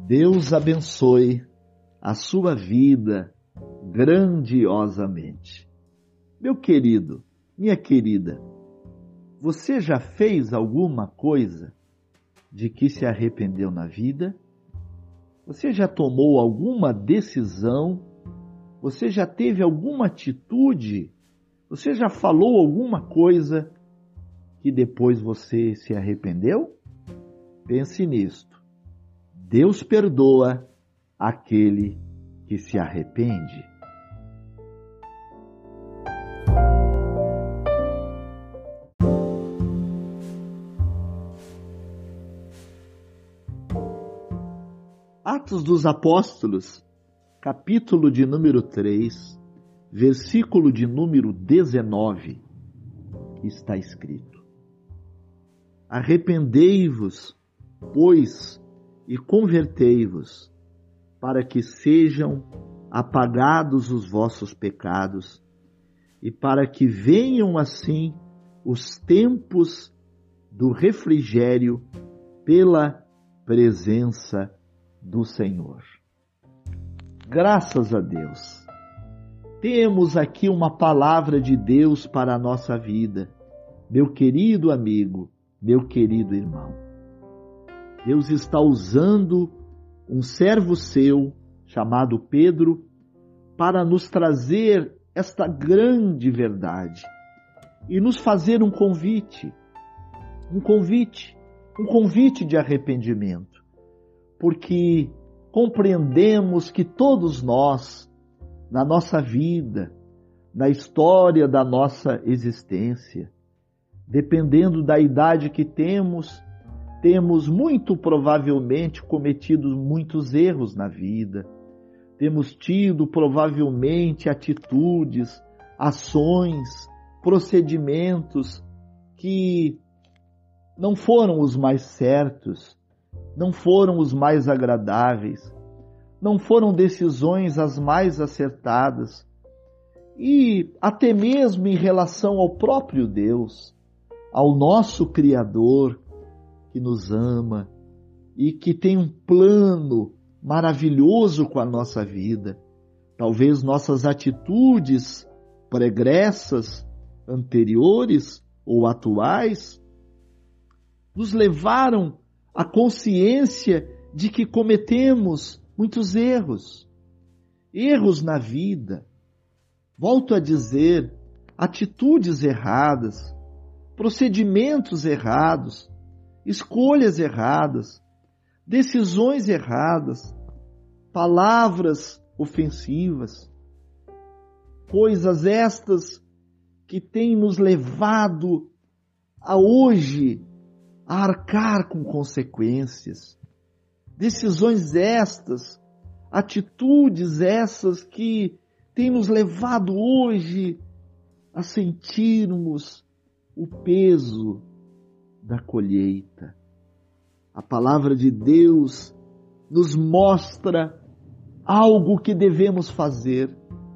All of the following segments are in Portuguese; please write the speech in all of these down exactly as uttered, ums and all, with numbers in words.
Deus abençoe a sua vida grandiosamente. Meu querido, minha querida, você já fez alguma coisa de que se arrependeu na vida? Você já tomou alguma decisão? Você já teve alguma atitude? Você já falou alguma coisa que depois você se arrependeu? Pense nisto. Deus perdoa aquele que se arrepende. Atos dos Apóstolos, capítulo de número três, versículo de número dezenove, está escrito: Arrependei-vos, pois, e convertei-vos, para que sejam apagados os vossos pecados, e para que venham assim os tempos do refrigério pela presença do Senhor. Graças a Deus. Temos aqui uma palavra de Deus para a nossa vida, meu querido amigo, meu querido irmão. Deus está usando um servo seu, chamado Pedro, para nos trazer esta grande verdade e nos fazer um convite, um convite, um convite de arrependimento, porque compreendemos que todos nós, na nossa vida, na história da nossa existência, dependendo da idade que temos, temos muito provavelmente cometido muitos erros na vida. Temos tido provavelmente atitudes, ações, procedimentos que não foram os mais certos, não foram os mais agradáveis, não foram decisões as mais acertadas. E até mesmo em relação ao próprio Deus, ao nosso Criador, que nos ama e que tem um plano maravilhoso com a nossa vida. Talvez nossas atitudes pregressas, anteriores ou atuais, nos levaram à consciência de que cometemos muitos erros. Erros na vida. Volto a dizer, atitudes erradas, procedimentos errados, escolhas erradas, decisões erradas, palavras ofensivas, coisas estas que têm nos levado a hoje a arcar com consequências, decisões estas, atitudes essas que têm nos levado hoje a sentirmos o peso da colheita. A palavra de Deus nos mostra algo que devemos fazer,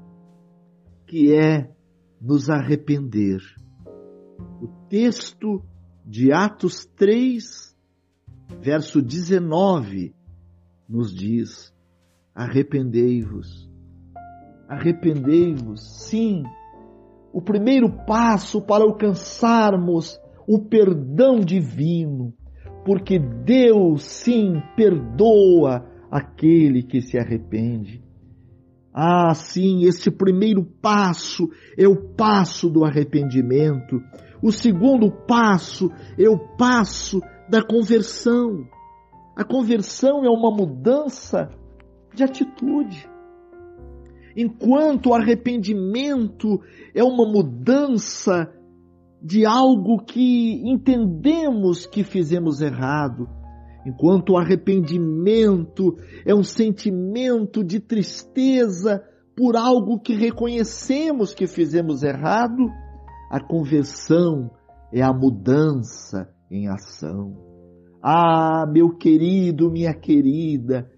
que é nos arrepender. O texto de Atos três, verso dezenove, nos diz: arrependei-vos. Arrependei-vos, sim. O primeiro passo para alcançarmos o perdão divino, porque Deus, sim, perdoa aquele que se arrepende. Ah, sim, este primeiro passo é o passo do arrependimento. O segundo passo é o passo da conversão. A conversão é uma mudança de atitude. Enquanto o arrependimento é uma mudança de algo que entendemos que fizemos errado, enquanto o arrependimento é um sentimento de tristeza por algo que reconhecemos que fizemos errado, a conversão é a mudança em ação. Ah, meu querido, minha querida,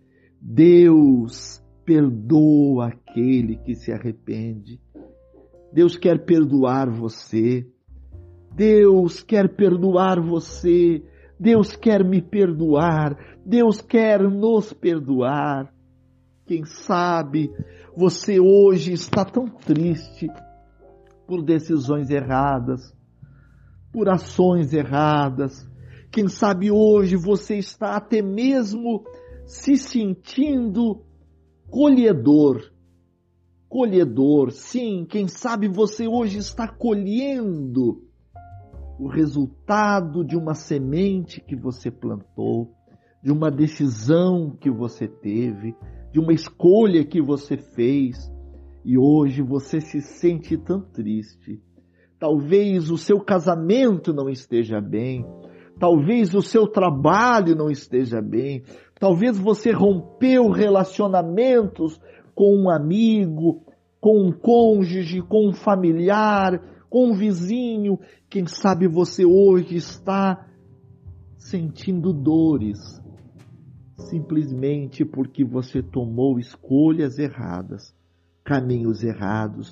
Deus perdoa aquele que se arrepende. Deus quer perdoar você. Deus quer perdoar você Deus quer me perdoar, Deus quer nos perdoar. Quem sabe você hoje está tão triste por decisões erradas, por ações erradas. Quem sabe hoje você está até mesmo se sentindo colhedor. Colhedor, sim, quem sabe você hoje está colhendo o resultado de uma semente que você plantou, de uma decisão que você teve, de uma escolha que você fez, e hoje você se sente tão triste. Talvez o seu casamento não esteja bem, talvez o seu trabalho não esteja bem, talvez você rompeu relacionamentos com um amigo, com um cônjuge, com um familiar, com um vizinho. Quem sabe você hoje está sentindo dores, simplesmente porque você tomou escolhas erradas, caminhos errados.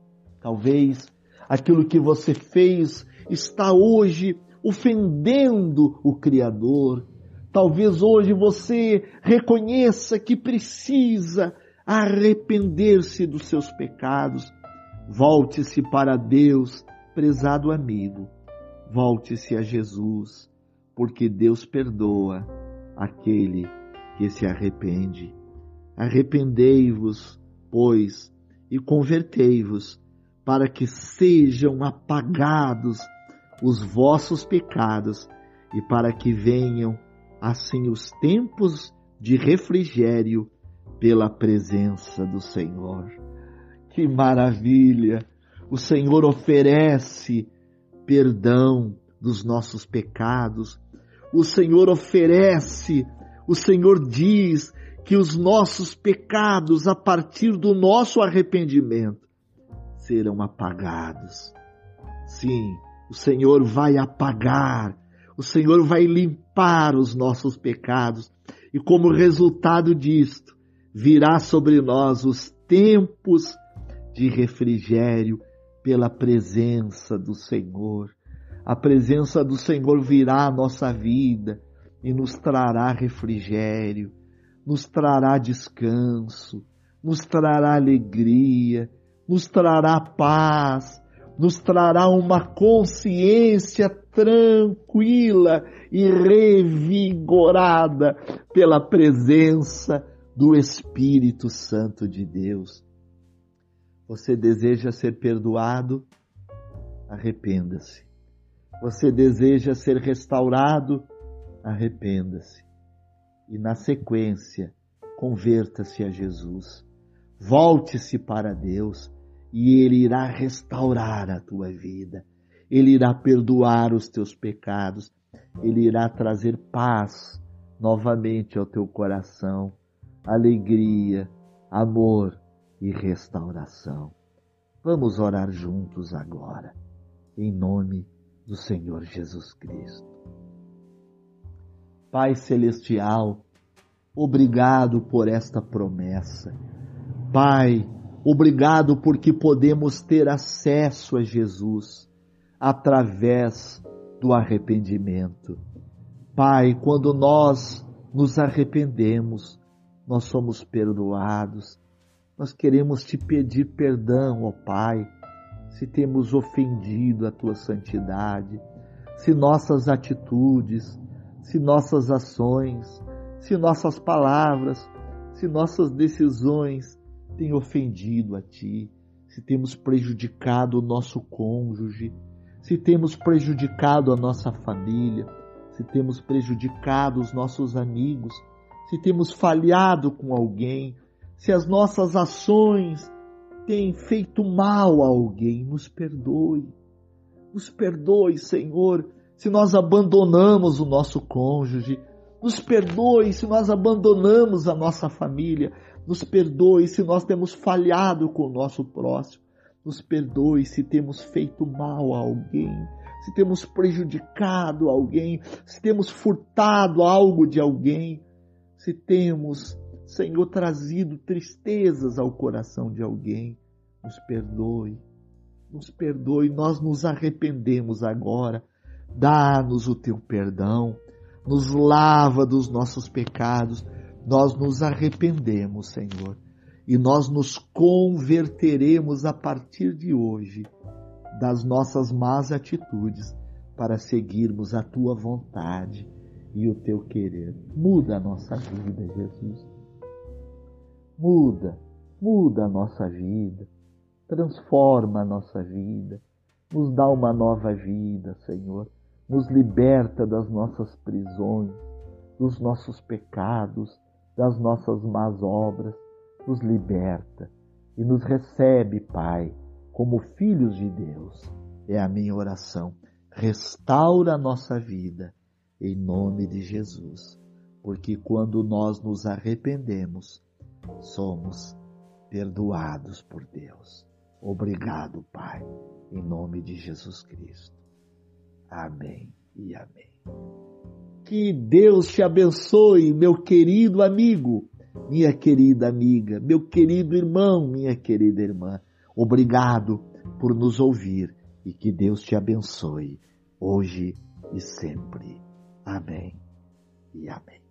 Talvez aquilo que você fez está hoje ofendendo o Criador. Talvez hoje você reconheça que precisa arrepender-se dos seus pecados. Volte-se para Deus, prezado amigo. Volte-se a Jesus, porque Deus perdoa aquele que se arrepende. Arrependei-vos, pois, e convertei-vos, para que sejam apagados os vossos pecados e para que venham, assim, os tempos de refrigério pela presença do Senhor. Que maravilha! O Senhor oferece perdão dos nossos pecados. O Senhor oferece, o Senhor diz que os nossos pecados, a partir do nosso arrependimento, serão apagados. Sim, o Senhor vai apagar, o Senhor vai limpar os nossos pecados. E como resultado disto, virá sobre nós os tempos de refrigério pela presença do Senhor. A presença do Senhor virá à nossa vida e nos trará refrigério, nos trará descanso, nos trará alegria, nos trará paz, nos trará uma consciência tranquila e revigorada pela presença do Espírito Santo de Deus. Você deseja ser perdoado? Arrependa-se. Você deseja ser restaurado? Arrependa-se. E na sequência, converta-se a Jesus. Volte-se para Deus e Ele irá restaurar a tua vida. Ele irá perdoar os teus pecados. Ele irá trazer paz novamente ao teu coração, alegria, amor e restauração. Vamos orar juntos agora, em nome do Senhor Jesus Cristo. Pai Celestial, obrigado por esta promessa. Pai, obrigado porque podemos ter acesso a Jesus através do arrependimento. Pai, quando nós nos arrependemos, nós somos perdoados. Nós queremos te pedir perdão, ó Pai, se temos ofendido a tua santidade, se nossas atitudes, se nossas ações, se nossas palavras, se nossas decisões têm ofendido a ti, se temos prejudicado o nosso cônjuge, se temos prejudicado a nossa família, se temos prejudicado os nossos amigos, se temos falhado com alguém, se as nossas ações têm feito mal a alguém, nos perdoe. Nos perdoe, Senhor, se nós abandonamos o nosso cônjuge. Nos perdoe se nós abandonamos a nossa família. Nos perdoe se nós temos falhado com o nosso próximo. Nos perdoe se temos feito mal a alguém, se temos prejudicado alguém, se temos furtado algo de alguém, se temos, Senhor, trazido tristezas ao coração de alguém. Nos perdoe, nos perdoe, nós nos arrependemos agora. Dá-nos o teu perdão, nos lava dos nossos pecados. Nós nos arrependemos, Senhor, e nós nos converteremos a partir de hoje das nossas más atitudes para seguirmos a Tua vontade e o Teu querer. Muda a nossa vida, Jesus. Muda, muda a nossa vida, transforma a nossa vida, nos dá uma nova vida, Senhor. Nos liberta das nossas prisões, dos nossos pecados, das nossas más obras, nos liberta e nos recebe, Pai, como filhos de Deus. É a minha oração. Restaura a nossa vida, em nome de Jesus, porque quando nós nos arrependemos, somos perdoados por Deus. Obrigado, Pai, em nome de Jesus Cristo. Amém e amém. Que Deus te abençoe, meu querido amigo, minha querida amiga, meu querido irmão, minha querida irmã. Obrigado por nos ouvir e que Deus te abençoe, hoje e sempre. Amém e amém.